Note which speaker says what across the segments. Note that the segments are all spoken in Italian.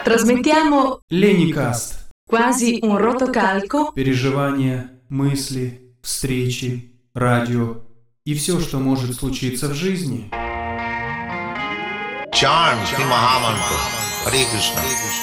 Speaker 1: Trasmettiamo
Speaker 2: Леникаст.
Speaker 1: quasi un rotocalco.
Speaker 2: Переживания, мысли, встречи, радио и все, что может случиться в жизни.
Speaker 3: Charm Shri Mahamantra. Hare Krishna.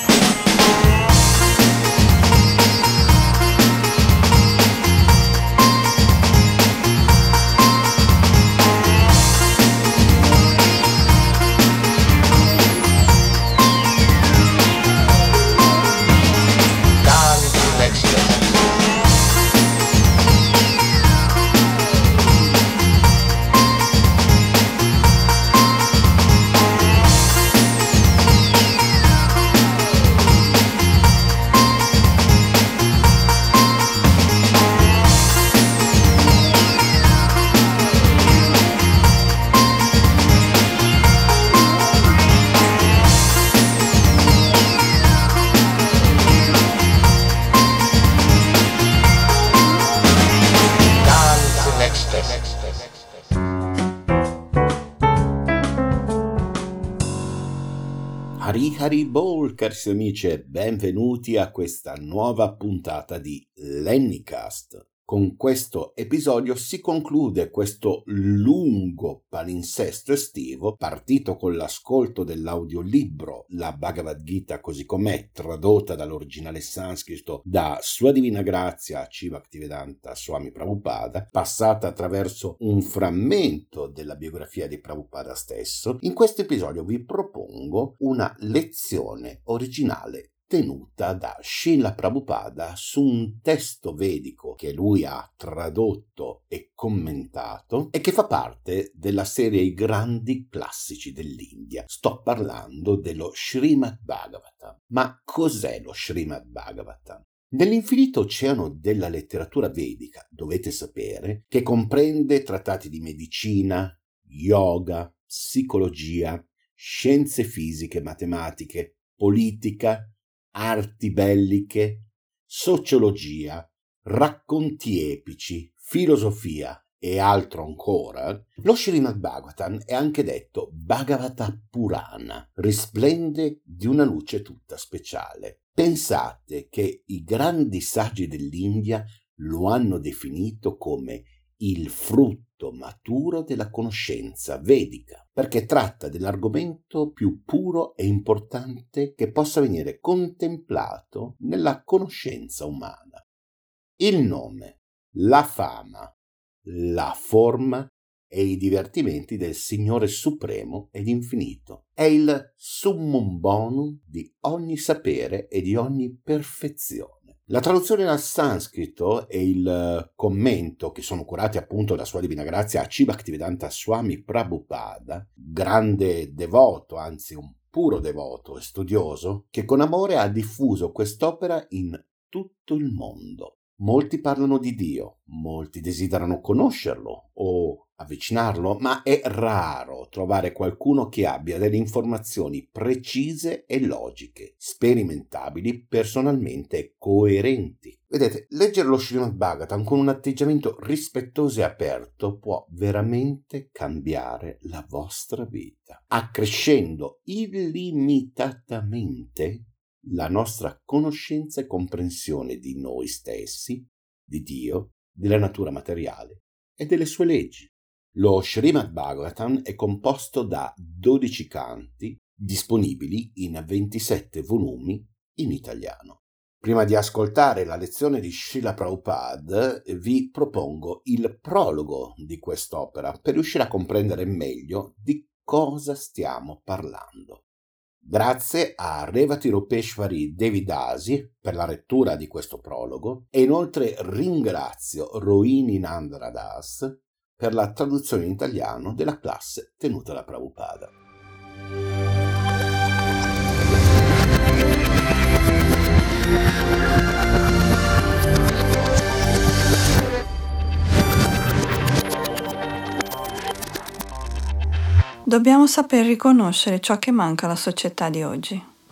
Speaker 4: Hari Bol, carissimi amici, e benvenuti a questa nuova puntata di Lennicast. Con questo episodio si conclude questo lungo palinsesto estivo, partito con l'ascolto dell'audiolibro La Bhagavad Gita così com'è, tradotta dall'originale sanscrito da Sua Divina Grazia C. Bhaktivedanta Swami Prabhupada, passata attraverso un frammento della biografia di Prabhupada stesso. In questo episodio vi propongo una lezione originale tenuta da Srila Prabhupada su un testo vedico che lui ha tradotto e commentato e che fa parte della serie I grandi classici dell'India. Sto parlando dello Srimad Bhagavatam. Ma cos'è lo Srimad Bhagavatam? Nell'infinito oceano della letteratura vedica dovete sapere che comprende trattati di medicina, yoga, psicologia, scienze fisiche, matematiche, politica, arti belliche, sociologia, racconti epici, filosofia e altro ancora. Lo Srimad Bhagavatam è anche detto Bhagavata Purana, risplende di una luce tutta speciale. Pensate che i grandi saggi dell'India lo hanno definito come il frutto maturo della conoscenza vedica, perché tratta dell'argomento più puro e importante che possa venire contemplato nella conoscenza umana. Il nome, la fama, la forma e i divertimenti del Signore Supremo ed Infinito. È il summum bonum di ogni sapere e di ogni perfezione. La traduzione dal sanscrito e il commento, che sono curati appunto da Sua Divina Grazia a C. Bhaktivedanta Swami Prabhupada, grande devoto, anzi un puro devoto e studioso, che con amore ha diffuso quest'opera in tutto il mondo. Molti parlano di Dio, molti desiderano conoscerlo o avvicinarlo, ma è raro trovare qualcuno che abbia delle informazioni precise e logiche, sperimentabili personalmente e coerenti. Vedete, leggere lo Srimad Bhagavatam con un atteggiamento rispettoso e aperto può veramente cambiare la vostra vita, accrescendo illimitatamente la nostra conoscenza e comprensione di noi stessi, di Dio, della natura materiale e delle sue leggi. Lo Srimad Bhagavatam è composto da 12 canti disponibili in 27 volumi in italiano. Prima di ascoltare la lezione di Srila Prabhupada, vi propongo il prologo di quest'opera per riuscire a comprendere meglio di cosa stiamo parlando. Grazie a Revati Rupeshwari Devidasi per la lettura di questo prologo e inoltre ringrazio Rohini Nandra Das per la traduzione in italiano della classe tenuta da Prabhupada.
Speaker 5: Dobbiamo saper riconoscere ciò che manca alla società di oggi.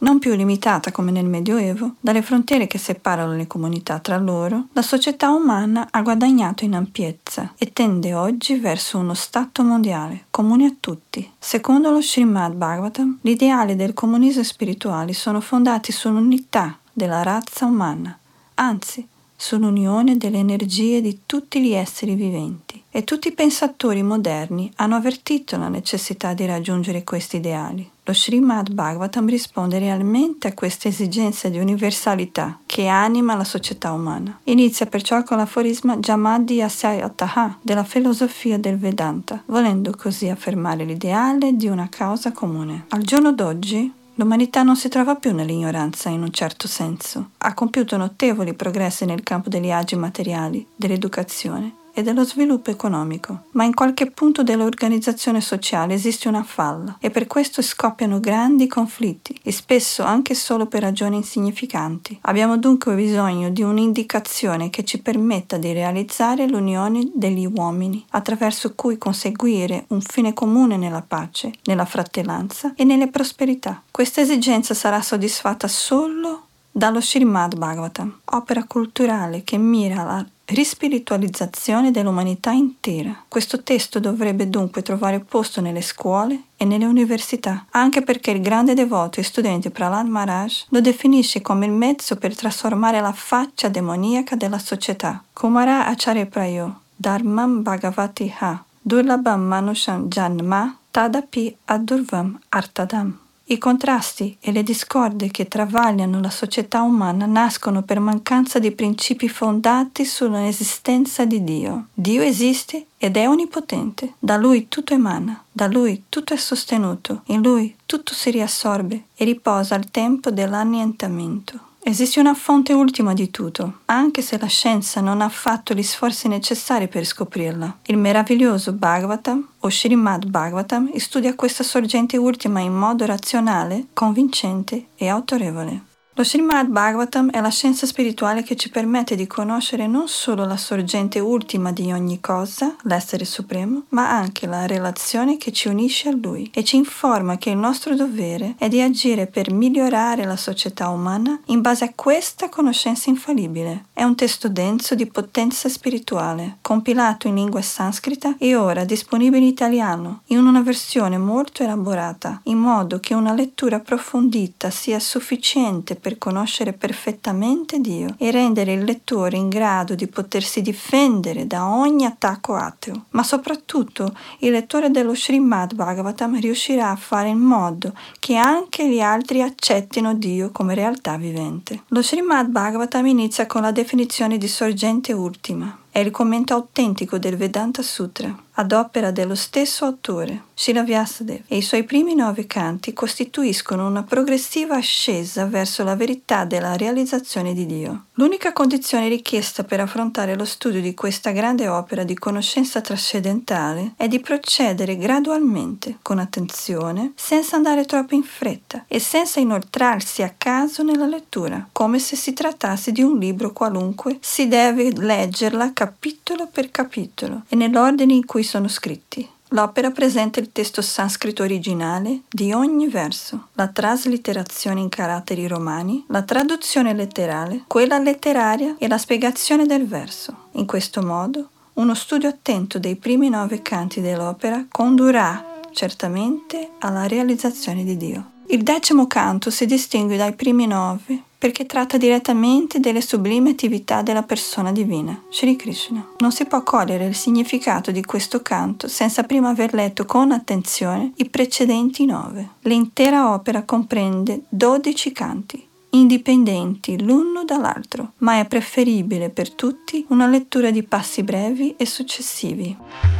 Speaker 5: non più limitata come nel Medioevo dalle frontiere che separano le comunità tra loro, la società umana ha guadagnato in ampiezza e tende oggi verso uno stato mondiale, comune a tutti. Secondo lo Srimad Bhagavatam, gli ideali del comunismo spirituale sono fondati sull'unità della razza umana, anzi, sull'unione delle energie di tutti gli esseri viventi. E tutti i pensatori moderni hanno avvertito la necessità di raggiungere questi ideali. Lo Srimad Bhagavatam risponde realmente a questa esigenza di universalità che anima la società umana. Inizia perciò con l'aforisma Jamadi Asyataha della filosofia del Vedanta, volendo così affermare l'ideale di una causa comune. Al giorno d'oggi, l'umanità non si trova più nell'ignoranza in un certo senso. Ha compiuto notevoli progressi nel campo degli agi materiali, dell'educazione e dello sviluppo economico, ma in qualche punto dell'organizzazione sociale esiste una falla e per questo scoppiano grandi conflitti e spesso anche solo per ragioni insignificanti. Abbiamo dunque bisogno di un'indicazione che ci permetta di realizzare l'unione degli uomini, attraverso cui conseguire un fine comune nella pace, nella fratellanza e nelle prosperità. Questa esigenza sarà soddisfatta solo dallo Srimad Bhagavatam, opera culturale che mira alla rispiritualizzazione dell'umanità intera. Questo testo dovrebbe dunque trovare posto nelle scuole e nelle università, anche perché il grande devoto e studente Prahlad Maharaj lo definisce come il mezzo per trasformare la faccia demoniaca della società. Kumara Acharya Prayo, Dharmam Bhagavati Ha, Durlabham Manusham Janma, Tadapi Adurvam Artadam. I contrasti e le discordie che travagliano la società umana nascono per mancanza di principi fondati sull'esistenza di Dio. Dio esiste ed è onnipotente. Da Lui tutto emana, da Lui tutto è sostenuto, in Lui tutto si riassorbe e riposa al tempo dell'annientamento. Esiste una fonte ultima di tutto, anche se la scienza non ha fatto gli sforzi necessari per scoprirla. Il meraviglioso Bhagavatam, o Srimad Bhagavatam, studia questa sorgente ultima in modo razionale, convincente e autorevole. Lo Srimad Bhagavatam è la scienza spirituale che ci permette di conoscere non solo la sorgente ultima di ogni cosa, l'essere supremo, ma anche la relazione che ci unisce a Lui e ci informa che il nostro dovere è di agire per migliorare la società umana in base a questa conoscenza infallibile. È un testo denso di potenza spirituale, compilato in lingua sanscrita e ora disponibile in italiano, in una versione molto elaborata, in modo che una lettura approfondita sia sufficiente per conoscere perfettamente Dio e rendere il lettore in grado di potersi difendere da ogni attacco ateo. Ma soprattutto il lettore dello Srimad Bhagavatam riuscirà a fare in modo che anche gli altri accettino Dio come realtà vivente. Lo Srimad Bhagavatam inizia con la definizione di sorgente ultima. È il commento autentico del Vedanta Sutra, ad opera dello stesso autore, Srila Vyasadeva, e i suoi primi 9 canti costituiscono una progressiva ascesa verso la verità della realizzazione di Dio. L'unica condizione richiesta per affrontare lo studio di questa grande opera di conoscenza trascendentale è di procedere gradualmente, con attenzione, senza andare troppo in fretta e senza inoltrarsi a caso nella lettura. Come se si trattasse di un libro qualunque, si deve leggerla capitolo per capitolo e nell'ordine in cui sono scritti. L'opera presenta il testo sanscrito originale di ogni verso, la traslitterazione in caratteri romani, la traduzione letterale, quella letteraria e la spiegazione del verso. In questo modo, uno studio attento dei primi 9 canti dell'opera condurrà certamente alla realizzazione di Dio. Il 10° canto si distingue dai primi 9 perché tratta direttamente delle sublime attività della persona divina, Shri Krishna. Non si può cogliere il significato di questo canto senza prima aver letto con attenzione i precedenti 9. L'intera opera comprende 12 canti, indipendenti l'uno dall'altro, ma è preferibile per tutti una lettura di passi brevi e successivi.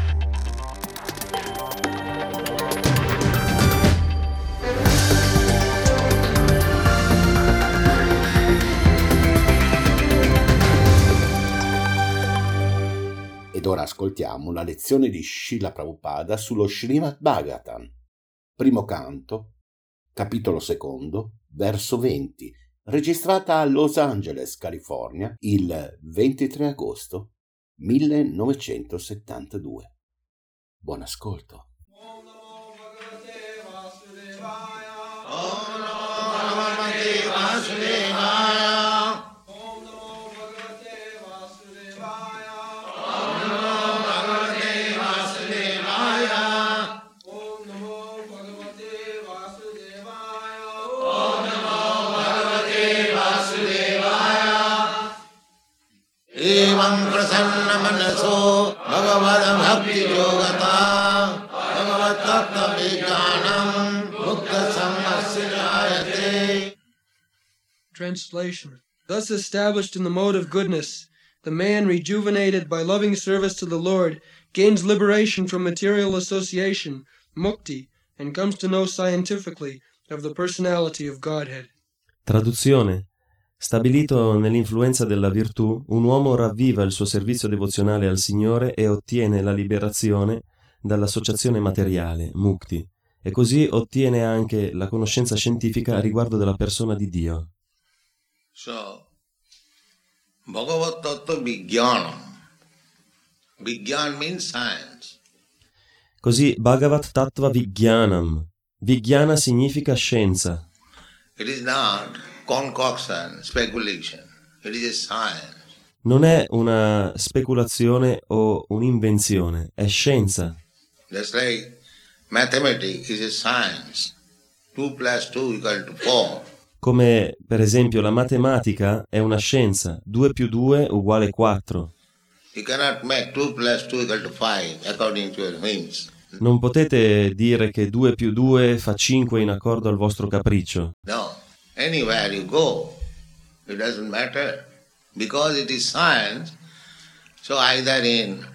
Speaker 4: Ed ora ascoltiamo la lezione di Srila Prabhupada sullo Srimad Bhagavatam. Primo canto, capitolo 2, verso 20, registrata a Los Angeles, California, il 23 agosto 1972. Buon ascolto.
Speaker 3: Om Namo prasanna manaso bhagavad bhakti yogata bhagavad tattva vijnanam mukta sammasya jayate.
Speaker 6: Translation. Thus established in the mode of goodness, the man rejuvenated by loving service to the Lord gains liberation from material association, mukti, and comes to know scientifically of the personality of Godhead.
Speaker 7: Traduzione. Stabilito nell'influenza della virtù, un uomo ravviva il suo servizio devozionale al Signore e ottiene la liberazione dall'associazione materiale, mukti, e così ottiene anche la conoscenza scientifica a riguardo della persona di Dio.
Speaker 3: So, Bhagavad Tattva Vijnanam. Vijnan means science.
Speaker 7: Così Bhagavad Tattva Vijnanam. Vijnana significa scienza.
Speaker 3: It is not concoction, speculation. It is a science.
Speaker 7: Non è una speculazione o un'invenzione, è scienza.
Speaker 3: Just like mathematics is a science. 2 plus 2 equal to 4.
Speaker 7: Come per esempio la matematica è una scienza, 2 più 2 uguale 4.
Speaker 3: You cannot make 2 plus 2 equal to 5 according to your whims.
Speaker 7: Non potete dire che 2 più 2 fa 5 in accordo al vostro capriccio.
Speaker 3: No. Anywhere you go, it doesn't matter. Because it is science, so either in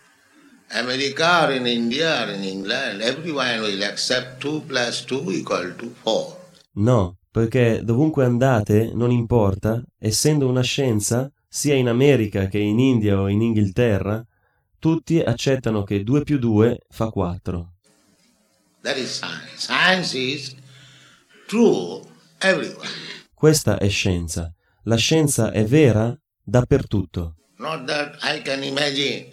Speaker 3: America or in India or in England, everyone will accept 2 plus 2 equal to 4.
Speaker 7: No, perché dovunque andate, non importa, essendo una scienza, sia in America che in India o in Inghilterra, tutti accettano che 2 più 2 fa 4.
Speaker 3: That is science. Science is true everywhere.
Speaker 7: Questa è scienza. La scienza è vera dappertutto.
Speaker 3: Not that I can imagine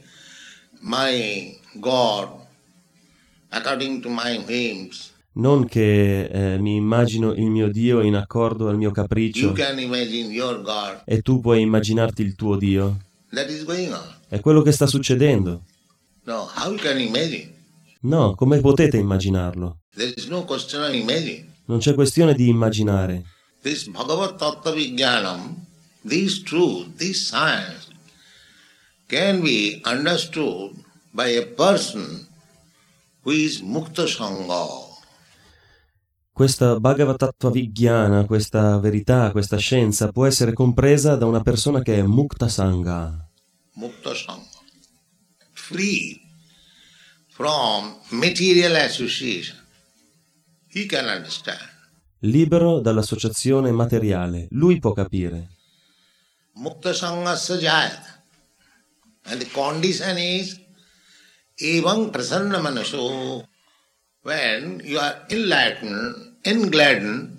Speaker 3: my God according to my whims.
Speaker 7: Non che mi immagino il mio Dio in accordo al mio capriccio
Speaker 3: You can imagine your God.
Speaker 7: e tu puoi immaginarti il tuo Dio.
Speaker 3: That is going on.
Speaker 7: È quello che sta succedendo.
Speaker 3: No, how you can imagine?
Speaker 7: No, come potete immaginarlo?
Speaker 3: There is no question of imagine.
Speaker 7: Non c'è questione di immaginare.
Speaker 3: This Bhagavad Tattva Vijnanam, this truth, this science can be understood by a person who is Mukta Sangha.
Speaker 7: Questa Bhagavad Tattva Vijnana, questa verità, questa scienza può essere compresa da una persona che è Mukta Sangha.
Speaker 3: Mukta Sangha. Free from material association. He can understand.
Speaker 7: Libero dall'associazione materiale. Lui può capire.
Speaker 3: Mukta Sangha Sajayat. And the condition is Evam Prasanna Manaso. When you are enlightened, engladdened,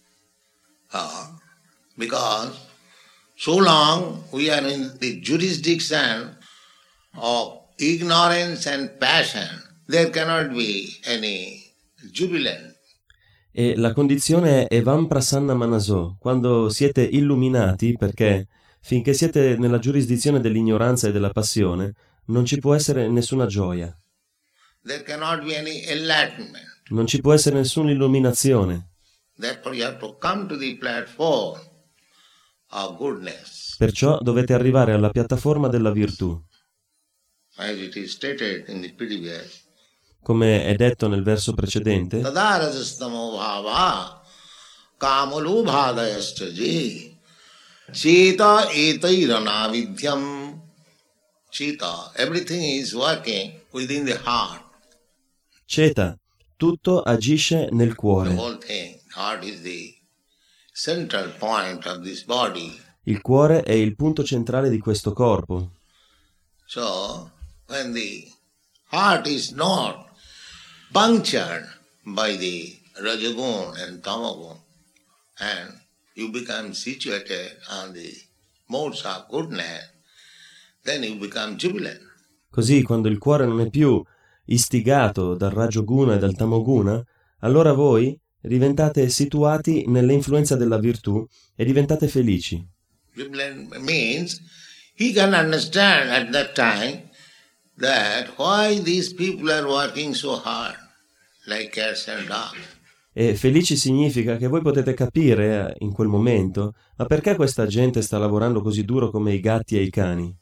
Speaker 3: because so long we are in the jurisdiction of ignorance and passion, there cannot be any jubilant.
Speaker 7: E la condizione è Evam Prasanna Manaso, quando siete illuminati, perché finché siete nella giurisdizione dell'ignoranza e della passione, non ci può essere nessuna gioia.
Speaker 3: There cannot be any enlightenment.
Speaker 7: Non ci può essere nessuna illuminazione.
Speaker 3: Therefore you have to come to the platform of goodness.
Speaker 7: Perciò dovete arrivare alla piattaforma della virtù.
Speaker 3: As it is stated in the previous.
Speaker 7: Come è detto nel verso precedente,
Speaker 3: Tada rajastamo bhava kamalo bhadayastaji cheta etairana vidyam. Cheta, everything is working within the heart.
Speaker 7: Ceta, tutto agisce nel
Speaker 3: The
Speaker 7: cuore.
Speaker 3: whole thing. Heart is the central point of this body.
Speaker 7: Il cuore è il punto centrale di questo corpo.
Speaker 3: So, when the heart is not punctured by the Rajagun and Tamagun, and you become situated on the modes of goodness, then you become jubilant.
Speaker 7: Così, quando il cuore non è più istigato dal Rajoguna e dal Tamoguna, allora voi diventate situati nell'influenza della virtù e diventate felici.
Speaker 3: Jubilant means he can understand at that time that why these people are working so hard, like cats and dogs.
Speaker 7: E felici significa che voi potete capire in quel momento, ma perché questa gente sta lavorando così duro come i gatti e i cani?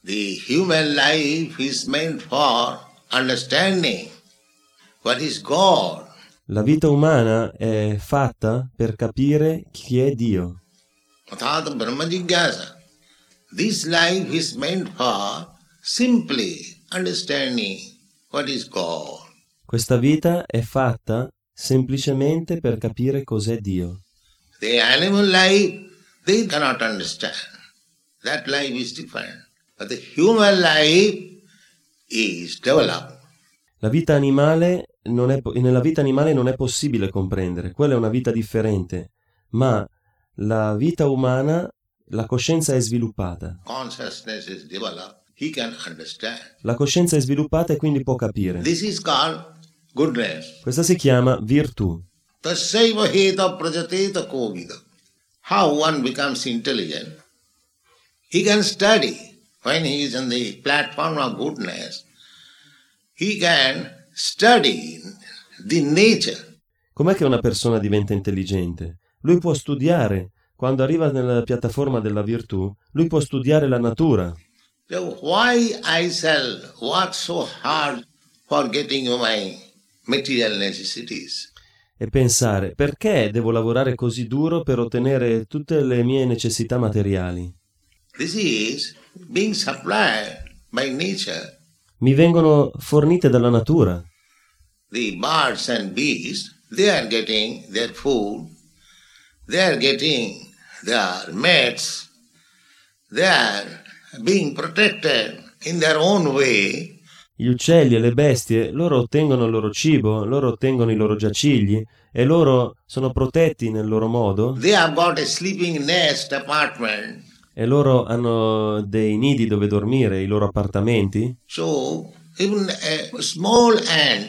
Speaker 3: The human life is meant for understanding what is God.
Speaker 7: La vita umana è fatta per capire chi è Dio.
Speaker 3: Athata Brahma Jigyasa. This life is meant for simply understanding what is God.
Speaker 7: Questa vita è fatta semplicemente per capire cos'è Dio.
Speaker 3: The animal life, they cannot understand. That life is different. But the human life is developed.
Speaker 7: La vita animale nella vita animale non è possibile comprendere, quella è una vita differente, ma la vita umana, la coscienza è sviluppata.
Speaker 3: Consciousness is developed. He can understand.
Speaker 7: La coscienza è sviluppata e quindi può capire.
Speaker 3: This is called goodness.
Speaker 7: Questa si chiama virtù.
Speaker 3: Tassaiva heta prajateta kovida. How one becomes intelligent? He can study. When he is on the platform of goodness, he can study the nature.
Speaker 7: Com'è che una persona diventa intelligente? Lui può studiare. Quando arriva nella piattaforma della virtù, lui può studiare la natura.
Speaker 3: So why I shall work so hard for getting my material necessities?
Speaker 7: E pensare, perché devo lavorare così duro per ottenere tutte le mie necessità materiali?
Speaker 3: This is being supplied by nature.
Speaker 7: Mi vengono fornite dalla natura.
Speaker 3: The birds and beasts, they are getting their food, they are getting their mates, they are being protected in their own way.
Speaker 7: Gli uccelli e le bestie, loro ottengono il loro cibo, loro ottengono i loro giacigli e loro sono protetti nel loro modo.
Speaker 3: They have got a sleeping nest apartment.
Speaker 7: E loro hanno dei nidi dove dormire, i loro appartamenti.
Speaker 3: So even a small ant,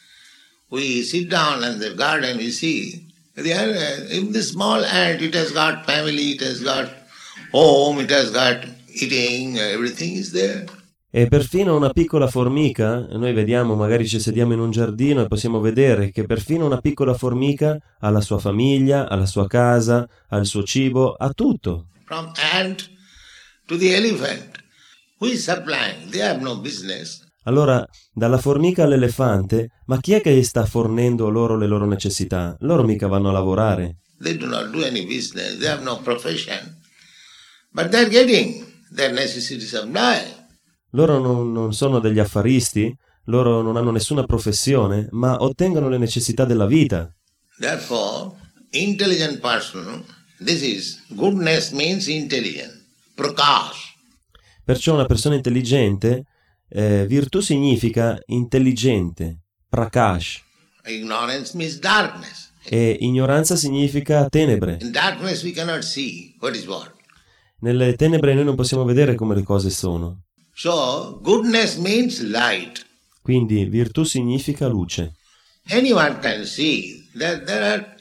Speaker 3: we sit down in the garden, we see, even the small ant, it has got family, it has got home, it has got eating, everything is there.
Speaker 7: E perfino una piccola formica, noi vediamo, magari ci sediamo in un giardino e possiamo vedere che perfino una piccola formica ha la sua famiglia, ha la sua casa, ha il suo cibo, ha tutto.
Speaker 3: From ant to the elephant, who is supplying? They have no business.
Speaker 7: Allora, dalla formica all'elefante, ma chi è che sta fornendo loro le loro necessità? Loro mica vanno a lavorare.
Speaker 3: They do not do any business, they have no profession. But they're getting their necessities supplied.
Speaker 7: Loro non sono degli affaristi, loro non hanno nessuna professione, ma ottengono le necessità della vita.
Speaker 3: Therefore, intelligent person, this is, goodness means intelligent, prakash.
Speaker 7: Perciò una persona intelligente, virtù significa intelligente, prakash.
Speaker 3: Ignorance means darkness.
Speaker 7: E ignoranza significa tenebre.
Speaker 3: In darkness we cannot see what is what.
Speaker 7: Nelle tenebre noi non possiamo vedere come le cose sono.
Speaker 3: So, goodness means light.
Speaker 7: Quindi virtù significa luce.
Speaker 3: Anyone can see that there are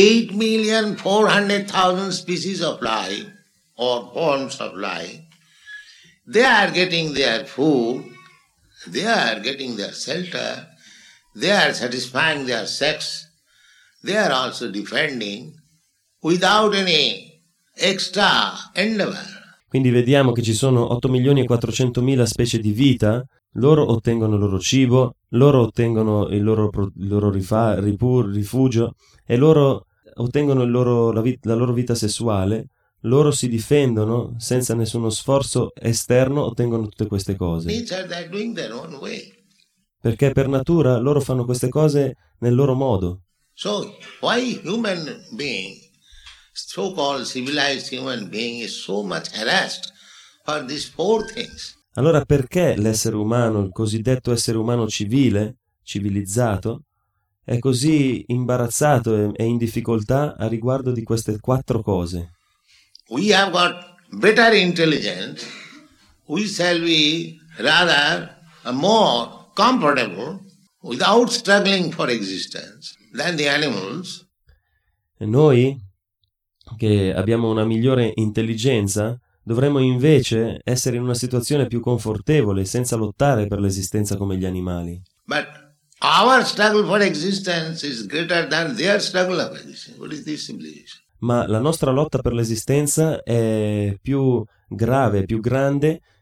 Speaker 3: 8,400,000 species of life or forms of life. They are getting their food, they are getting their shelter, they are satisfying their sex, they are also defending without any extra endeavor.
Speaker 7: Quindi vediamo che ci sono 8.400.000 specie di vita, loro ottengono il loro cibo, loro ottengono il loro rifugio e loro ottengono la loro vita sessuale, loro si difendono senza nessuno sforzo esterno, ottengono tutte queste cose.
Speaker 3: They're doing their own way.
Speaker 7: Perché per natura loro fanno queste cose nel loro modo.
Speaker 3: So, why human being, so-called civilized human being, is so much harassed for these four things?
Speaker 7: Allora perché l'essere umano, il cosiddetto essere umano civile, civilizzato, è così imbarazzato e in difficoltà a riguardo di queste quattro cose?
Speaker 3: We have got better intelligence, we shall be rather more comfortable without struggling for existence than the animals.
Speaker 7: E noi, che abbiamo una migliore intelligenza, dovremmo invece essere in una situazione più confortevole senza lottare per l'esistenza come gli animali.
Speaker 3: But our struggle for existence is greater than their struggle of existence. What is this civilization?
Speaker 7: Ma la nostra lotta per l'esistenza è più grave, più grande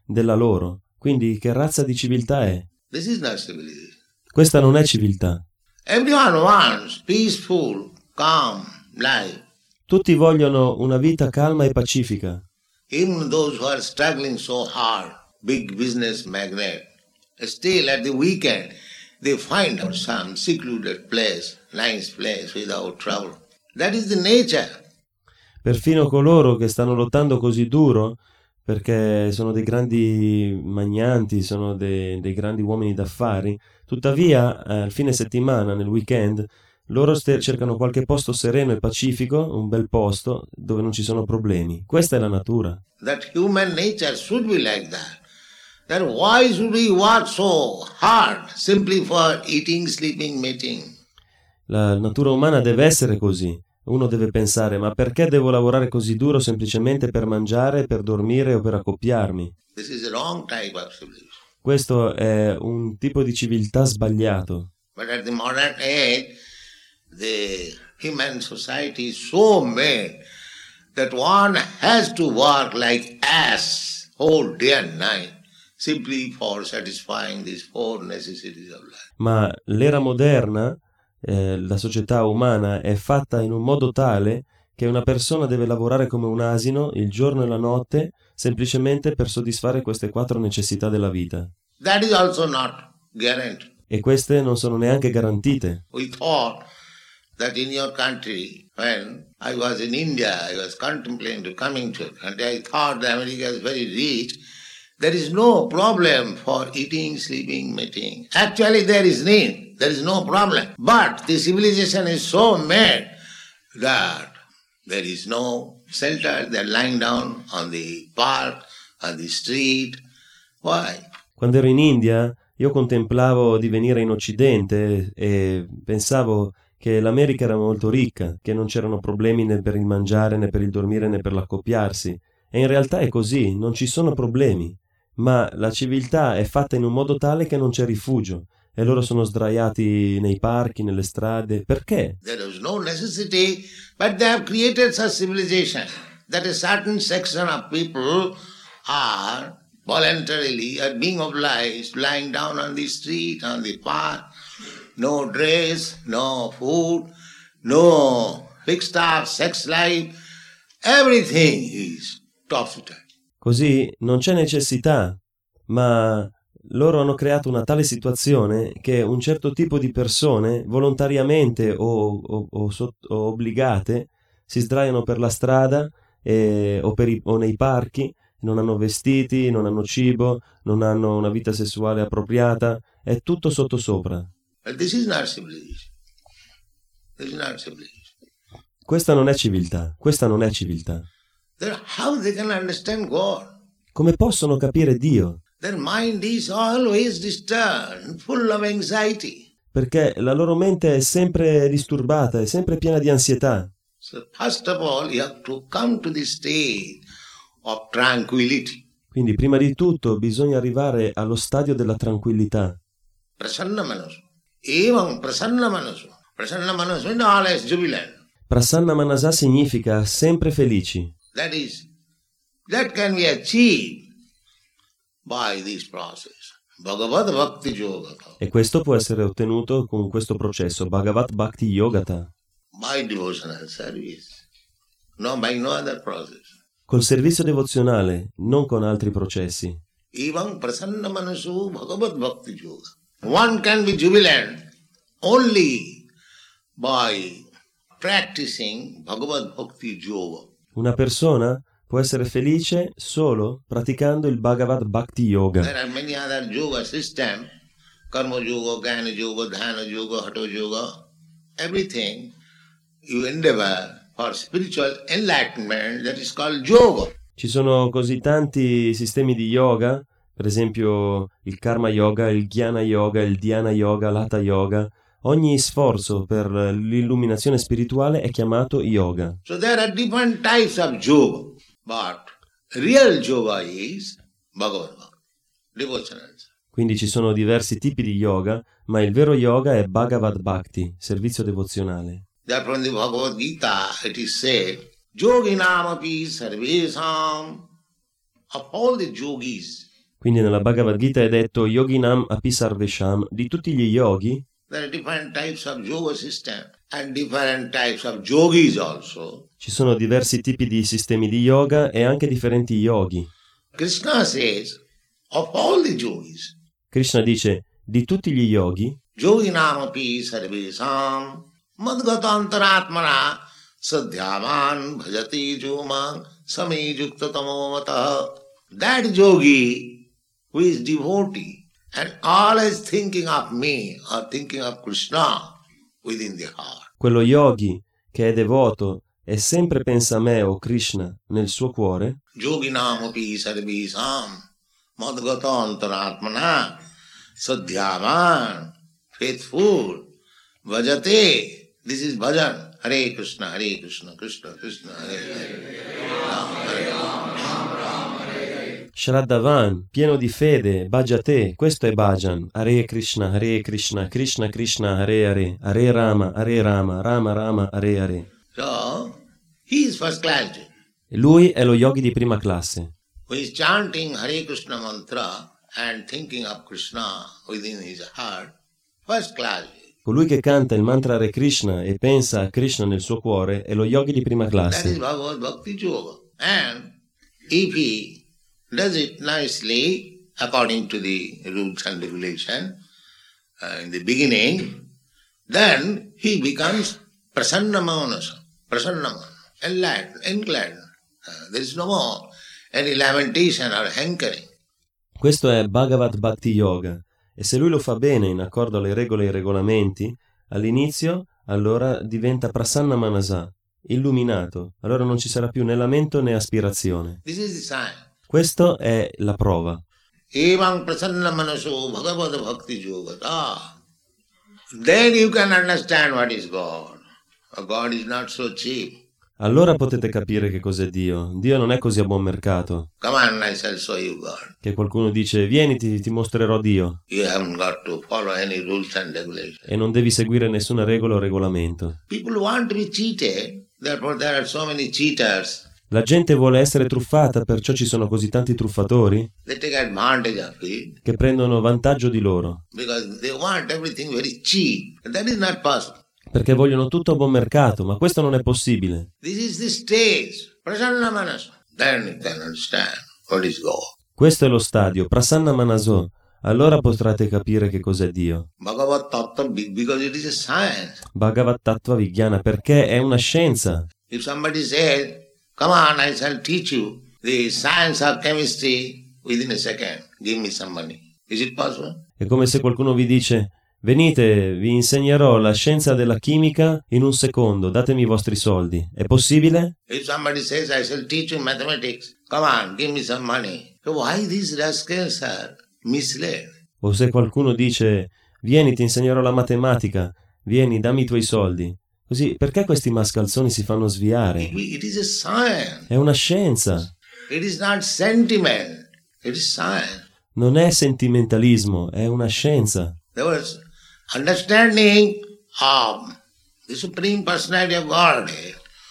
Speaker 7: della loro. Quindi che razza di civiltà è?
Speaker 3: This is not civilization.
Speaker 7: Questa non è civiltà.
Speaker 3: Everyone wants peaceful, calm life.
Speaker 7: Tutti vogliono una vita calma e pacifica.
Speaker 3: Even those who are struggling so hard, big business magnate, still at the weekend they find out some secluded place, nice place without trouble. That is the nature.
Speaker 7: Perfino coloro che stanno lottando così duro, perché sono dei grandi magnanti, sono dei grandi uomini d'affari, tuttavia al fine settimana, nel weekend, loro cercano qualche posto sereno e pacifico, un bel posto dove non ci sono problemi. Questa è la natura.
Speaker 3: That human nature should be like that. That why should we work so hard simply for eating, sleeping, mating?
Speaker 7: La natura umana deve essere così. Uno deve pensare, ma perché devo lavorare così duro semplicemente per mangiare, per dormire o per accoppiarmi?
Speaker 3: This is a wrong type of civilization.
Speaker 7: Questo è un tipo di civiltà sbagliato.
Speaker 3: But at the modern age, the human society is so made that one has to work like ass whole day and night simply for satisfying these four necessities of life.
Speaker 7: Ma l'era moderna, la società umana è fatta in un modo tale che una persona deve lavorare come un asino il giorno e la notte semplicemente per soddisfare queste 4 necessità della vita.
Speaker 3: That is also not guaranteed.
Speaker 7: E queste non sono neanche garantite.
Speaker 3: We thought that in your country, when I was in India, I was contemplating to coming to it, and I thought that America is very rich. There is no problem for eating, sleeping, mating. Actually, there is need. There is no problem. But the civilization is so mad that there is no shelter. They're lying down on the park, on the street. Why?
Speaker 7: Quando ero in India, io contemplavo di venire in Occidente e pensavo che l'America era molto ricca, che non c'erano problemi né per il mangiare, né per il dormire, né per l'accoppiarsi. E in realtà è così, non ci sono problemi. Ma la civiltà è fatta in un modo tale che non c'è rifugio e loro sono sdraiati nei parchi, nelle strade. Perché?
Speaker 3: There is no necessity, but they have created such civilization that a certain section of people are voluntarily being obliged lying down on the street, on the park, no dress, no food, no fixed up, sex life, everything is topsy-turvy.
Speaker 7: Così non c'è necessità, ma loro hanno creato una tale situazione che un certo tipo di persone, volontariamente o obbligate, si sdraiano per la strada o nei parchi, non hanno vestiti, non hanno cibo, non hanno una vita sessuale appropriata, è tutto sottosopra.
Speaker 3: This is not civilization. This is not civilization.
Speaker 7: Questa non è civiltà, questa non è civiltà.
Speaker 3: How they can understand God?
Speaker 7: Come possono capire Dio?
Speaker 3: Their mind is always disturbed, full of anxiety.
Speaker 7: Perché la loro mente è sempre disturbata, è sempre piena di ansietà.
Speaker 3: So first of all, you have to come to the state of tranquility.
Speaker 7: Quindi prima di tutto bisogna arrivare allo stadio della tranquillità.
Speaker 3: Prasanna manasu. Evam prasanna manasu. Prasanna manasu is always jubilant.
Speaker 7: Prasanna manasa significa sempre felici.
Speaker 3: That can be achieved by this process. Bhagavad Bhakti Yogata.
Speaker 7: E questo può essere ottenuto con questo processo, Bhagavad Bhakti Yogata.
Speaker 3: By devotional service. No, by no other process.
Speaker 7: Col servizio devozionale, non con altri processi.
Speaker 3: Evam prasanna manasu Bhagavad Bhakti Yoga. One can be jubilant only by practicing Bhagavad Bhakti Yoga.
Speaker 7: Una persona può essere felice solo praticando il Bhagavad Bhakti Yoga.
Speaker 3: There are many other yoga systems, Karma Yoga, Jnana Yoga, Dhyana Yoga, Hatha Yoga, everything you endeavor for spiritual enlightenment, that is called yoga.
Speaker 7: Ci sono così tanti sistemi di yoga, per esempio il Karma Yoga, il Jnana Yoga, il Dhyana Yoga, l'Hatha Yoga. Ogni sforzo per l'illuminazione spirituale è chiamato yoga.
Speaker 3: So there are different types of yoga, but real yoga is Bhagavad Bhakti, devotional.
Speaker 7: Quindi ci sono diversi tipi di yoga, ma il vero yoga è Bhagavad Bhakti, servizio devozionale.
Speaker 3: Therefore in the Bhagavad Gita it is said, Yoginamapi sarvesam, of all the yogis,
Speaker 7: Quindi nella Bhagavad Gita è detto Yoginam api sarvesham, di tutti gli yogi.
Speaker 3: There are different types of yoga system and different types of yogis also.
Speaker 7: Ci sono diversi tipi di sistemi di yoga e anche differenti yogi.
Speaker 3: Krishna says, of all the yogis,
Speaker 7: Krishna dice di tutti gli yogi,
Speaker 3: yoginamapi sarvesam madgatantaratmana sadhyaman bhajati jumang same yukta tamomata. That yogi who is devotee and always thinking of me or thinking of Krishna within the heart.
Speaker 7: quello yogi che è devoto e sempre pensa a me o Krishna nel suo cuore,
Speaker 3: Yoginamapi sarvesam madgatantaratmana sadhyaman, faithful, bhajate. This is bhajan. Hare Krishna, Krishna Krishna, Hare Hare.
Speaker 7: Shraddhavan, pieno di fede, bhajate, questo è bhajan, Hare Krishna, Krishna Krishna, Hare Hare, Hare Rama, Rama Rama, Hare Hare.
Speaker 3: So, he is first class.
Speaker 7: E lui è lo yogi di prima classe,
Speaker 3: Who is chanting Hare Krishna mantra and thinking of Krishna within his heart, first class.
Speaker 7: colui che canta il mantra Hare Krishna e pensa a Krishna nel suo cuore è lo yogi di prima
Speaker 3: That is
Speaker 7: classe.
Speaker 3: Bhagavad Bhakti Yoga. And if he does it nicely, according to the rules and regulation, in the beginning, then he becomes Prasanna Manasa, enlightened. There is no more any lamentation or hankering.
Speaker 7: Questo è Bhagavad Bhakti Yoga e se lui lo fa bene in accordo alle regole e ai regolamenti, all'inizio allora diventa Prasanna Manasa, illuminato, allora non ci sarà più né lamento né aspirazione.
Speaker 3: This is the sign.
Speaker 7: Questo è la prova.
Speaker 3: Evam Prasanna Manaso Bhagavad Bhakti Yoga. Then you can understand what is God. God is not so cheap.
Speaker 7: Allora potete capire che cos'è Dio. Dio non è così a buon mercato,
Speaker 3: Come on, I shall show you God.
Speaker 7: che qualcuno dice vieni ti mostrerò Dio
Speaker 3: You haven't got to follow any rules and regulations.
Speaker 7: e non devi seguire nessuna regola o regolamento.
Speaker 3: People want to be cheated, therefore there are so many cheaters.
Speaker 7: La gente vuole essere truffata, perciò ci sono così tanti truffatori
Speaker 3: They take advantage of it
Speaker 7: che prendono vantaggio di loro,
Speaker 3: because they want everything very cheap. And that is not possible.
Speaker 7: perché vogliono tutto a buon mercato, ma questo non è possibile.
Speaker 3: This is the stage, Prasanna Manasa. Then you can understand what is God.
Speaker 7: Questo è lo stadio, Prasanna Manaso. Allora potrete capire che cos'è Dio.
Speaker 3: Bhagavad Tattva, because it is a science.
Speaker 7: Bhagavad Tattva Vijnana, perché è una scienza.
Speaker 3: If somebody says, come on, I shall teach you the science of chemistry within a second, give me some money. Is it possible?
Speaker 7: È come se qualcuno vi dice venite, vi insegnerò la scienza della chimica in un secondo, datemi i vostri soldi. È possibile?
Speaker 3: If somebody says, I shall teach you mathematics, come on, give me some money. So why these rascals are misled?
Speaker 7: O se qualcuno dice vieni, ti insegnerò la matematica, vieni, dammi i tuoi soldi. Così, perché questi mascalzoni si fanno sviare?
Speaker 3: It is a science.
Speaker 7: È una scienza,
Speaker 3: It is not sentiment. It is science.
Speaker 7: non è sentimentalismo, è una scienza.
Speaker 3: There was understanding of the Supreme Personality of Godhead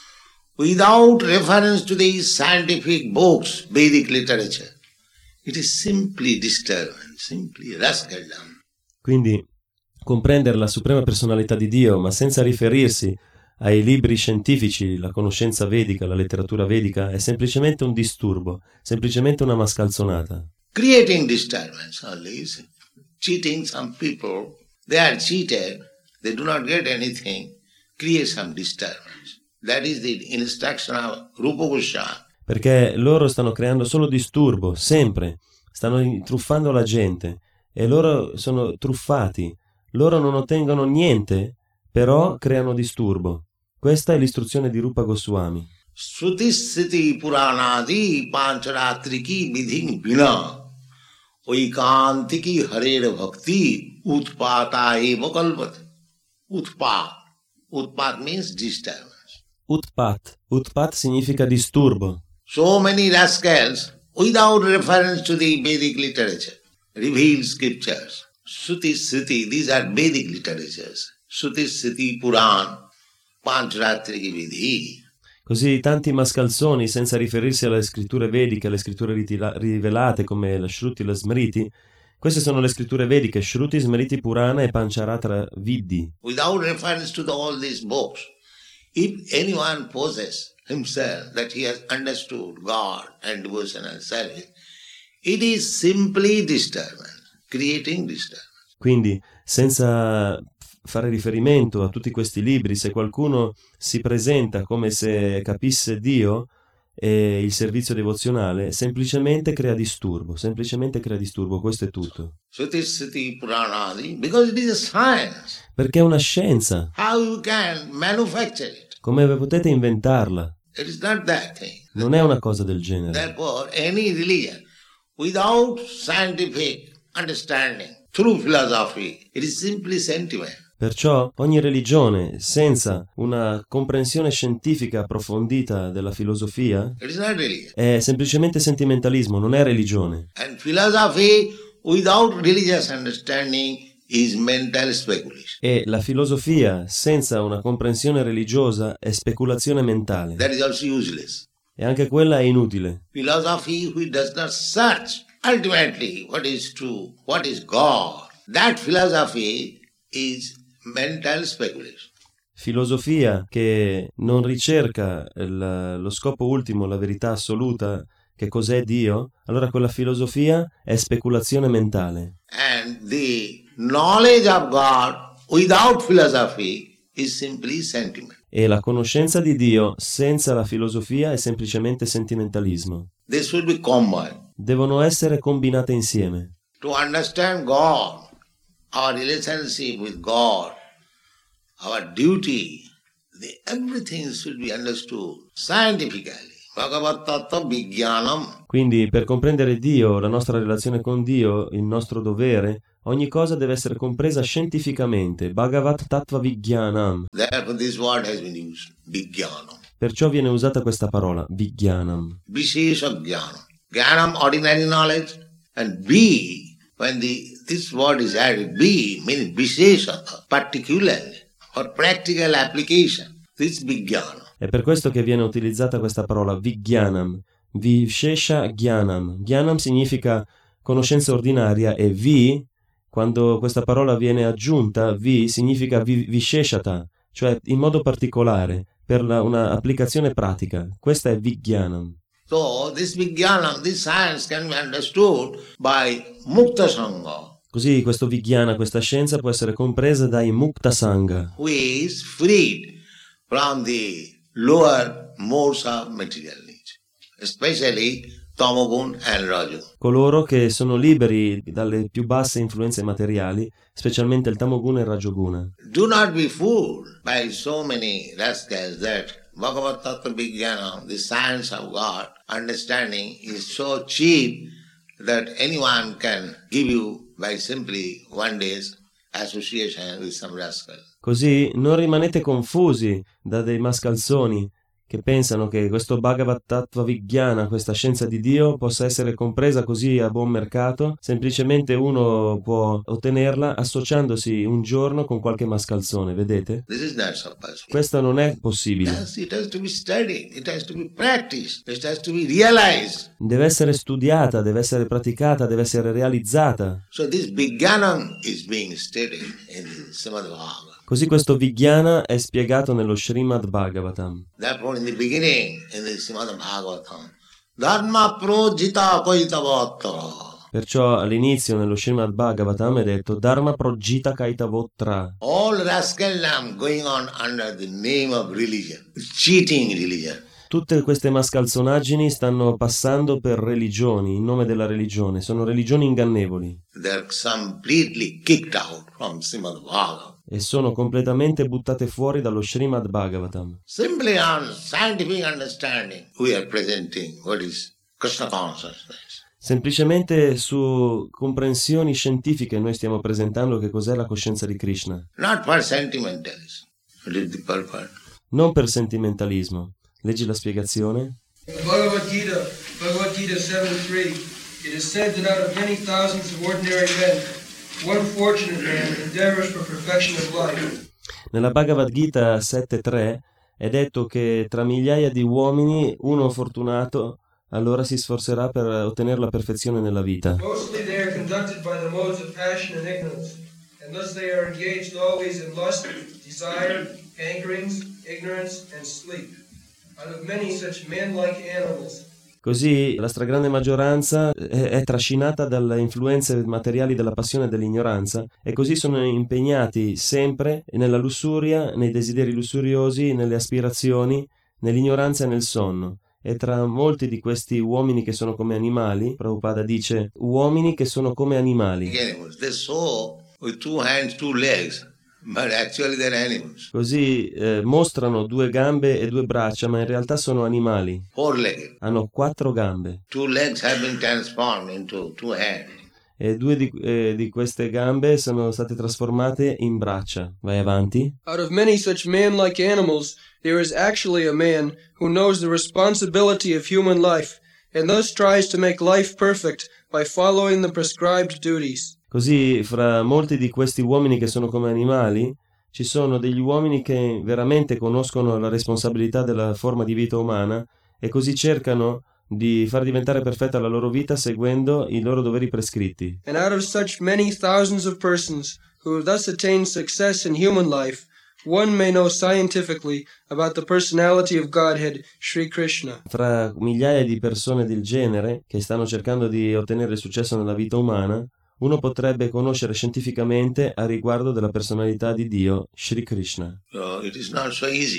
Speaker 3: without reference to the scientific books, Vedic literature. It is simply disturbance, simply rascaldom.
Speaker 7: Quindi comprendere la suprema personalità di Dio, ma senza riferirsi ai libri scientifici, la conoscenza vedica, la letteratura vedica, è semplicemente un disturbo, semplicemente una mascalzonata.
Speaker 3: Creating disturbance only. Cheating some people, they are cheated, they do not get anything, create some disturbance. That is the instruction of Rupa Goswami.
Speaker 7: Perché loro stanno creando solo disturbo, sempre, stanno truffando la gente e loro sono truffati, loro non ottengono niente, però creano disturbo. Questa è l'istruzione di Rupa Goswami.
Speaker 3: Srutisthiti puranadi pancharatriki vidhi vina oikantiki harer bhakti utpata eva kalpat. Utpat means disturbance.
Speaker 7: Utpat significa disturbo.
Speaker 3: So many rascals, without reference to the Vedic literature, revealed scriptures. Shruti, Sruti, these are Vedic literatures. Shruti, Sruti, Puran, Pancharatriki Vidhi.
Speaker 7: Così tanti mascalzoni, senza riferirsi alle scritture vediche, alle scritture rivelate come la Shruti e la Smriti, queste sono le scritture vediche, Shruti, Smriti, Purana e Pancharatra Viddhi.
Speaker 3: Without reference to all these books, if anyone possesses himself that he has understood God and devotional service, it is simply disturbance, creating disturbance.
Speaker 7: Quindi, senza fare riferimento a tutti questi libri, se qualcuno si presenta come se capisse Dio e il servizio devozionale, semplicemente crea disturbo, questo è tutto.
Speaker 3: Shruti, Puranadi, because it is a science.
Speaker 7: Perché è una scienza.
Speaker 3: How you can manufacture it?
Speaker 7: Come potete inventarla?
Speaker 3: It is not that thing.
Speaker 7: Non è una cosa del genere.
Speaker 3: Therefore, any religion without scientific understanding, through philosophy, it is simply sentiment.
Speaker 7: Perciò ogni religione senza una comprensione scientifica approfondita della filosofia
Speaker 3: It is not religion.
Speaker 7: è semplicemente sentimentalismo, non è religione.
Speaker 3: And philosophy without religious understanding is mental speculation.
Speaker 7: E la filosofia senza una comprensione religiosa è speculazione mentale.
Speaker 3: That is also useless.
Speaker 7: E anche quella è inutile.
Speaker 3: Philosophy which does not search ultimately what is true, what is God, that philosophy is mental speculation.
Speaker 7: Filosofia che non ricerca lo scopo ultimo, la verità assoluta, che cos'è Dio, allora quella filosofia è speculazione mentale.
Speaker 3: And the knowledge of God without philosophy is simply sentiment.
Speaker 7: E la conoscenza di Dio senza la filosofia è semplicemente sentimentalismo.
Speaker 3: They should be combined.
Speaker 7: Devono essere combinate insieme.
Speaker 3: To understand God, our relationship with God, our duty, everything should be understood scientifically. Bhagavad Tattva Vijnanam.
Speaker 7: Quindi per comprendere Dio, la nostra relazione con Dio, il nostro dovere, ogni cosa deve essere compresa scientificamente. Bhagavat Tattva Vijnanam.
Speaker 3: Therefore this word has been used, Vijnanam.
Speaker 7: Perciò viene usata questa parola, Vijnanam.
Speaker 3: Vishesha Jnanam. Jnanam, ordinary knowledge, and B, when this word is added, B means Vishesha, particularly, for practical application. This Vijnanam.
Speaker 7: È per questo che viene utilizzata questa parola Vijnanam, Vishesha Jnanam. Jnanam significa conoscenza ordinaria e Vi, quando questa parola viene aggiunta, Vi significa Visheshata, cioè in modo particolare, per una applicazione pratica. Questa è Vijnanam.
Speaker 3: So this Vijnanam, this science can be understood by Mukta Sangha.
Speaker 7: Così questo Vijnana, questa scienza può essere compresa dai Mukta Sangha,
Speaker 3: Who is freed from the lower modes of material nature, especially Tamagun and Rajagun.
Speaker 7: coloro che sono liberi dalle più basse influenze materiali, specialmente il Tamoguna e il Rajoguna.
Speaker 3: Do not be fooled by so many rascals that Bhagavad Tattva Vijnana, the science of God, understanding is so cheap that anyone can give you by simply one day's association with some rascal.
Speaker 7: Così non rimanete confusi da dei mascalzoni che pensano che questo Bhagavad Tattva Vijnana, questa scienza di Dio, possa essere compresa così a buon mercato. Semplicemente uno può ottenerla associandosi un giorno con qualche mascalzone, vedete?
Speaker 3: This is not so possible.
Speaker 7: Questo non è possibile.
Speaker 3: Yes, it has to be studied, it has to be practiced, it has to be realized.
Speaker 7: Deve essere studiata, deve essere praticata, deve essere realizzata.
Speaker 3: So this Vijnanam is being studied in the Srimad Bhagavatam.
Speaker 7: Così questo Vijnana è spiegato nello Srimad Bhagavatam.
Speaker 3: Therefore, in the beginning, in the Srimad Bhagavatam, Dharma projita kaitavattara.
Speaker 7: Perciò all'inizio nello Srimad Bhagavatam è detto Dharma progita kaitavotra.
Speaker 3: All rascaldom going on under the name of religion, cheating religion.
Speaker 7: Tutte queste mascalzonaggini stanno passando per religioni, in nome della religione. Sono religioni ingannevoli.
Speaker 3: They're completely kicked out from Srimad Bhagavatam.
Speaker 7: E sono completamente buttate fuori dallo Srimad Bhagavatam.
Speaker 3: Simply on scientific understanding, we are presenting what is Krishna consciousness.
Speaker 7: Semplicemente su comprensioni scientifiche noi stiamo presentando che cos'è la coscienza di Krishna.
Speaker 3: Not for sentimentalism. It is the purpose.
Speaker 7: Non per sentimentalismo. Leggi la spiegazione?
Speaker 6: Bhagavad Gita 7:3, it is said that out of many thousands of ordinary men, one fortunate man endeavors for perfection of life.
Speaker 7: Nella Bhagavad Gita 7.3 è detto che tra migliaia di uomini uno fortunato allora si sforzerà per ottenere la perfezione nella vita.
Speaker 6: Mostly they are conducted by the modes of passion and ignorance, and thus they are engaged always in lust, desire, hankerings, ignorance, and sleep. Out of many such man-like animals,
Speaker 7: Così la stragrande maggioranza è trascinata dalle influenze materiali della passione e dell'ignoranza e così sono impegnati sempre nella lussuria, nei desideri lussuriosi, nelle aspirazioni, nell'ignoranza e nel sonno. E tra molti di questi uomini che sono come animali, Prabhupada dice, uomini che sono come animali.
Speaker 3: They sow with 2 hands, 2 legs, but actually they're animals.
Speaker 7: Così mostrano 2 gambe e 2 braccia, ma in realtà sono animali.
Speaker 3: 4-legged.
Speaker 7: Hanno 4 gambe.
Speaker 3: 2 legs have been transformed into 2 hands.
Speaker 7: E 2 di queste gambe sono state trasformate in braccia. Vai avanti.
Speaker 6: out of many such man-like animals, there is actually a man who knows the responsibility of human life, and thus tries to make life perfect by following the prescribed duties.
Speaker 7: Così, fra molti di questi uomini che sono come animali, ci sono degli uomini che veramente conoscono la responsabilità della forma di vita umana e così cercano di far diventare perfetta la loro vita seguendo i loro doveri prescritti.
Speaker 6: And out of such many thousands of persons who have thus attained success in human life, one may know scientifically about the personality of Godhead, Sri Krishna.
Speaker 7: Fra migliaia di persone del genere che stanno cercando di ottenere successo nella vita umana, uno potrebbe conoscere scientificamente a riguardo della personalità di Dio, Sri Krishna.
Speaker 3: So it is not so easy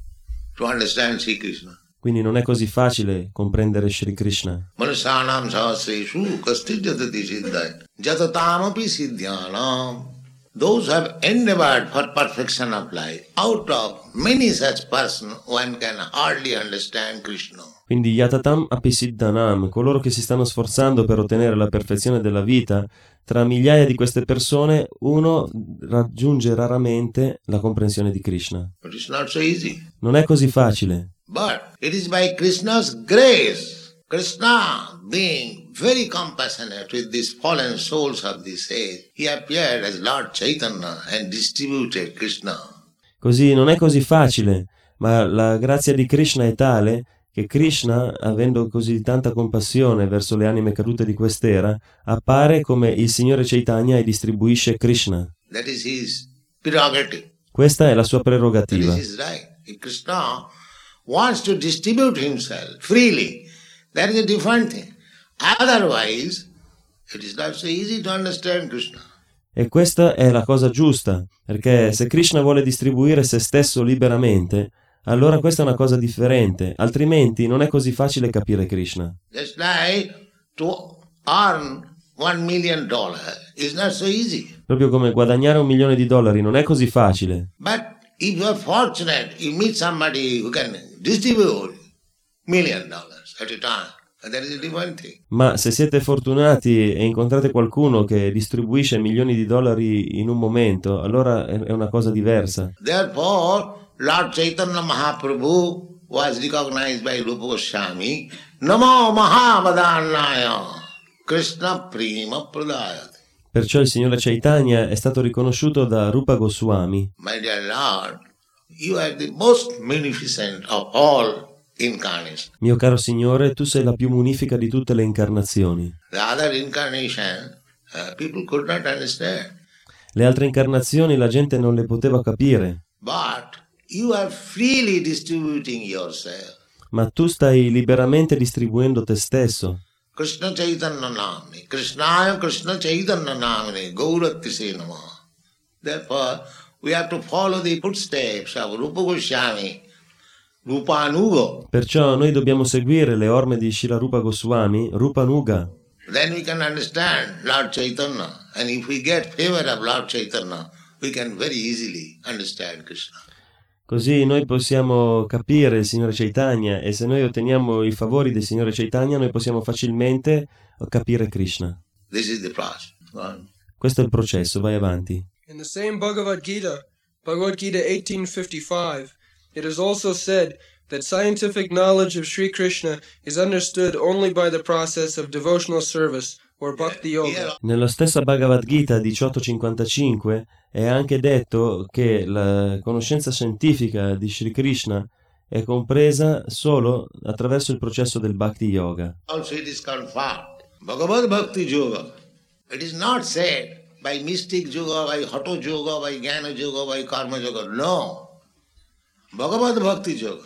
Speaker 3: to understand Sri Krishna.
Speaker 7: Quindi non è così facile comprendere Sri Krishna.
Speaker 3: Manusanam sahasreshu kastijatati siddhai jatatamapi siddhyanam. Those who have endeavored for perfection of life, out of many such persons, one can hardly understand Krishna.
Speaker 7: Quindi Yatatam Apisiddhanam, coloro che si stanno sforzando per ottenere la perfezione della vita, tra migliaia di queste persone uno raggiunge raramente la comprensione di Krishna.
Speaker 3: It is not so easy.
Speaker 7: Non è così facile.
Speaker 3: But it is by Krishna's grace, Krishna being very compassionate with these fallen souls of this age, he appeared as Lord Chaitanya and distributed Krishna.
Speaker 7: Così non è così facile, ma la grazia di Krishna è tale che Krishna, avendo così tanta compassione verso le anime cadute di quest'era, appare come il Signore Chaitanya e distribuisce Krishna.
Speaker 3: That is his prerogative.
Speaker 7: Questa è la sua
Speaker 3: That
Speaker 7: prerogativa.
Speaker 3: is his right. If Krishna wants to distribute himself freely, that is a different thing. Otherwise, it is not so easy to understand Krishna.
Speaker 7: E questa è la cosa giusta, perché se Krishna vuole distribuire se stesso liberamente, allora questa è una cosa differente, altrimenti non è così facile capire Krishna.
Speaker 3: Just like to earn $1 million is not so easy.
Speaker 7: Proprio come guadagnare $1 milione non è così facile.
Speaker 3: But if you are fortunate, you meet somebody who can distribute $1 million at a time, and that is a different thing.
Speaker 7: Ma se siete fortunati e incontrate qualcuno che distribuisce $milioni in un momento, allora è una cosa diversa.
Speaker 3: Therefore, Lord Chaitanya Mahaprabhu was recognized by Rupa Goswami, Namo Mahavadannaya, Krishna Prima Pradayate.
Speaker 7: Perciò il Signore Chaitanya è stato riconosciuto da Rupa Goswami.
Speaker 3: My dear Lord, you are the most magnificent of all incarnations.
Speaker 7: Mio caro Signore, tu sei la più munifica di tutte le incarnazioni.
Speaker 3: The other incarnation, people could not understand.
Speaker 7: Le altre incarnazioni la gente non le poteva capire,
Speaker 3: But you are freely distributing yourself.
Speaker 7: ma tu stai liberamente distribuendo te stesso.
Speaker 3: Krishna Chaitanya Namni, Krishnaya Krishna Chaitanya Namni, Gauratise Namaha. Therefore, we have to follow the footsteps of Rupa Goswami, Rupanuga.
Speaker 7: Perciò noi dobbiamo seguire le orme di Srila Rupa Goswami, Rupanuga.
Speaker 3: Then we can understand Lord Chaitanya. And if we get favor of Lord Chaitanya, we can very easily understand Krishna.
Speaker 7: Così noi possiamo capire il Signore Chaitanya e se noi otteniamo i favori del Signore Chaitanya noi possiamo facilmente capire Krishna.
Speaker 3: This is the process.
Speaker 7: Questo è il processo, vai avanti.
Speaker 6: In the same Bhagavad Gita, Bhagavad Gita 1855, it is also said that scientific knowledge of Sri Krishna is understood only by the process of devotional service, or Bhakti Yoga.
Speaker 7: Nella stessa Bhagavad Gita 18.55 è anche detto che la conoscenza scientifica di Sri Krishna è compresa solo attraverso il processo del Bhakti Yoga.
Speaker 3: Also it is confirmed. Bhagavad Bhakti Yoga. It is not said by mystic yoga, by Hatha yoga, by Jnana yoga, by Karma yoga. No. Bhagavad Bhakti Yoga.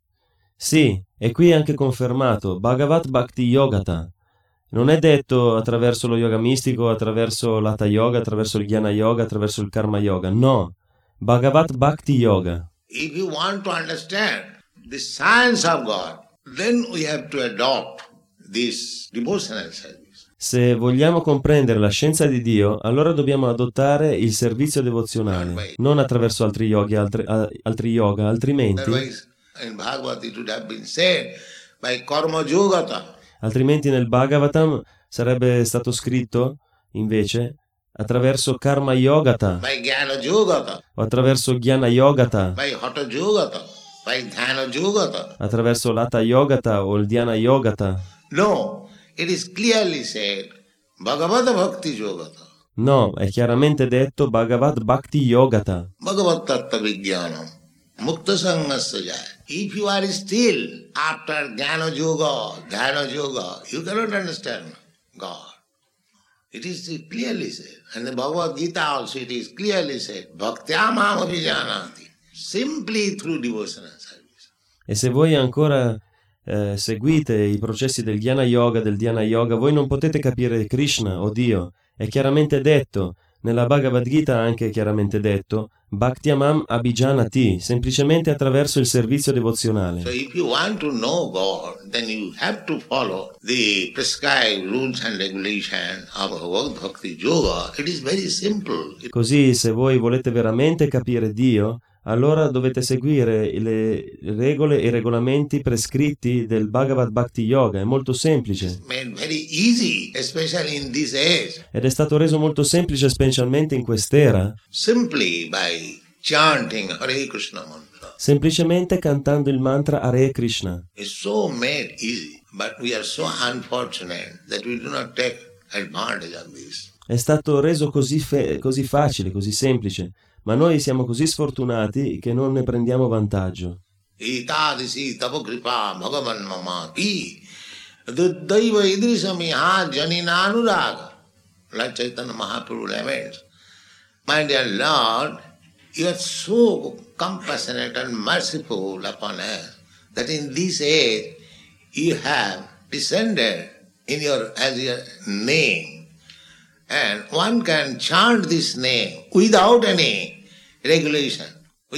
Speaker 7: Sì, e qui è anche confermato Bhagavat Bhakti Yogata. Non è detto attraverso lo yoga mistico, attraverso l'Hatha Yoga, attraverso il Jnana Yoga, attraverso il Karma Yoga. No, Bhagavat Bhakti Yoga.
Speaker 3: If you want to understand the science of God, then we have to adopt this devotional service.
Speaker 7: Se vogliamo comprendere la scienza di Dio, allora dobbiamo adottare il servizio devozionale, non attraverso altri yoga, altrimenti...
Speaker 3: Otherwise, in Bhagavad it would have been said by Karma Yogata.
Speaker 7: Altrimenti nel Bhagavatam sarebbe stato scritto, invece, attraverso Karma Yogata,
Speaker 3: By Jnana Yogata,
Speaker 7: o attraverso Jnana Yogata,
Speaker 3: by Hatha Yogata, by Dhyana Yogata.
Speaker 7: attraverso l'Hatha Yogata o il Dhyana Yogata.
Speaker 3: No, it is clearly said Bhagavad Bhakti Yogata.
Speaker 7: No, è chiaramente detto Bhagavat Bhakti Yogata.
Speaker 3: Bhagavad Tattva Vijnanam Mukta Sangasya Jaya. If you are still after Jnana Yoga, you cannot understand God. It is clearly said. And the Bhagavad Gita also it is clearly said. Bhaktya mam abhijanati. Simply through devotional service.
Speaker 7: E se voi ancora seguite i processi del Jnana Yoga, del Dhyana Yoga, voi non potete capire Krishna o Dio. È chiaramente detto, nella Bhagavad Gita anche chiaramente detto, Bhaktyamam abhijanati, semplicemente attraverso il servizio devozionale.
Speaker 3: So if you want to know God, then you have to follow the prescribed rules and regulations of Bhagavad Bhakti Yoga. It is very simple.
Speaker 7: Così, se voi volete veramente capire Dio, allora dovete seguire le regole e i regolamenti prescritti del Bhagavad Bhakti Yoga. È molto semplice.
Speaker 3: Made very easy, especially in this age.
Speaker 7: Ed è stato reso molto semplice specialmente in quest'era,
Speaker 3: Simply by chanting Hare Krishna mantra.
Speaker 7: semplicemente cantando il mantra Hare Krishna.
Speaker 3: It's so made easy, but we are so unfortunate that we do not take advantage of this.
Speaker 7: È stato reso così facile, così semplice, ma noi siamo così sfortunati che non ne prendiamo vantaggio.
Speaker 3: Itadisi tava kripa bhagavan mamati duddaiva idrisamiha janina anuraga. Like Chaitanya Mahaprabhu laments. My dear Lord, you are so compassionate and merciful upon us that in this age you have descended as your name. And one can chant this name without any regulation.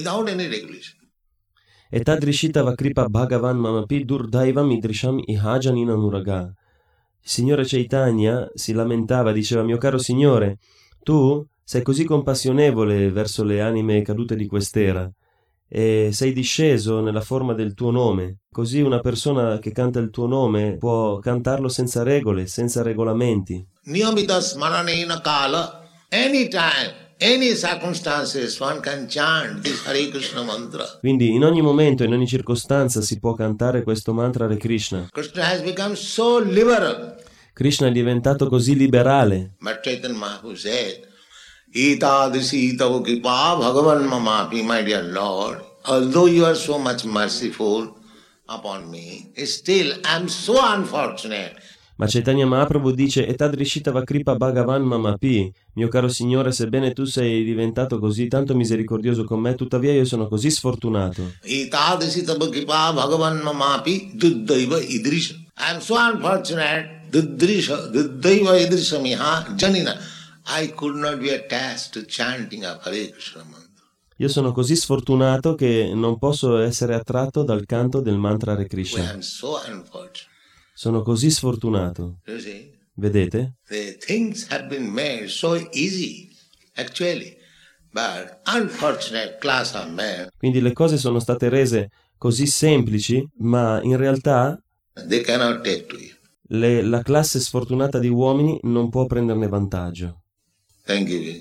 Speaker 7: Etadrishita Vakripa Bhagavan Mamapi Durdaivam Idrisham Ihajanina Nuraga. Il signore Chaitanya si lamentava, diceva: mio caro signore, tu sei così compassionevole verso le anime cadute di quest'era e sei disceso nella forma del tuo nome, così una persona che canta il tuo nome può cantarlo senza regole, senza regolamenti.
Speaker 3: Niyamita smaranena kala, anytime, any circumstances, one can chant this Hare Krishna mantra.
Speaker 7: Quindi in ogni momento, in ogni circostanza si può cantare questo mantra Hare Krishna.
Speaker 3: Krishna has become so liberal.
Speaker 7: Krishna è diventato così liberale.
Speaker 3: But Chaitanya Mahaprabhu said, Itadisi tava kripa bhagavan mamapi, my dear Lord, although you are so much merciful upon me, still I am so unfortunate.
Speaker 7: Ma Chaitanya Mahaprabhu dice: Etadrishita Vakripa Bhagavan Mamapi, mio caro signore, sebbene tu sei diventato così tanto misericordioso con me, tuttavia io sono così sfortunato.
Speaker 3: Itadisi tava kripa bhagavan mamapi duddaiva idrisha. I am so unfortunate, duddaiva idrisha miha janina. I could not be attached to chanting of Hare Krishna mantra.
Speaker 7: Io sono così sfortunato che non posso essere attratto dal canto del mantra Hare
Speaker 3: I
Speaker 7: Krishna.
Speaker 3: am so unfortunate.
Speaker 7: Sono così sfortunato.
Speaker 3: You see,
Speaker 7: Vedete?
Speaker 3: the things have been made so easy, actually, but unfortunate class of men,
Speaker 7: Quindi le cose sono state rese così semplici, ma in realtà
Speaker 3: they cannot take to you.
Speaker 7: la classe sfortunata di uomini non può prenderne vantaggio.
Speaker 3: Thank you.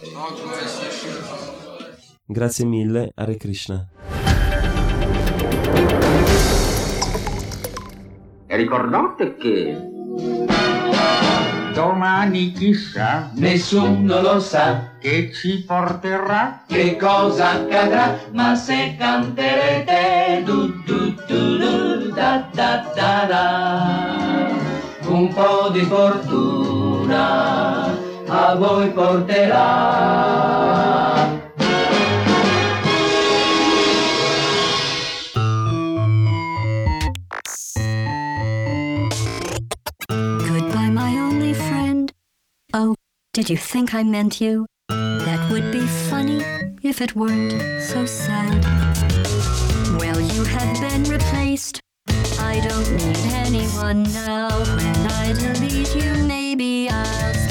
Speaker 7: Grazie mille, Hare Krishna.
Speaker 8: E ricordate che Domani chissà,
Speaker 9: nessuno lo sa
Speaker 8: che ci porterà,
Speaker 9: che cosa accadrà, ma se canterete du du du du da da da da, un po' di fortuna a voi porterà.
Speaker 10: Goodbye, my only friend. Oh, did you think I meant you? That would be funny if it weren't so sad. Well, you have been replaced. I don't need anyone now. When I delete you, maybe I'll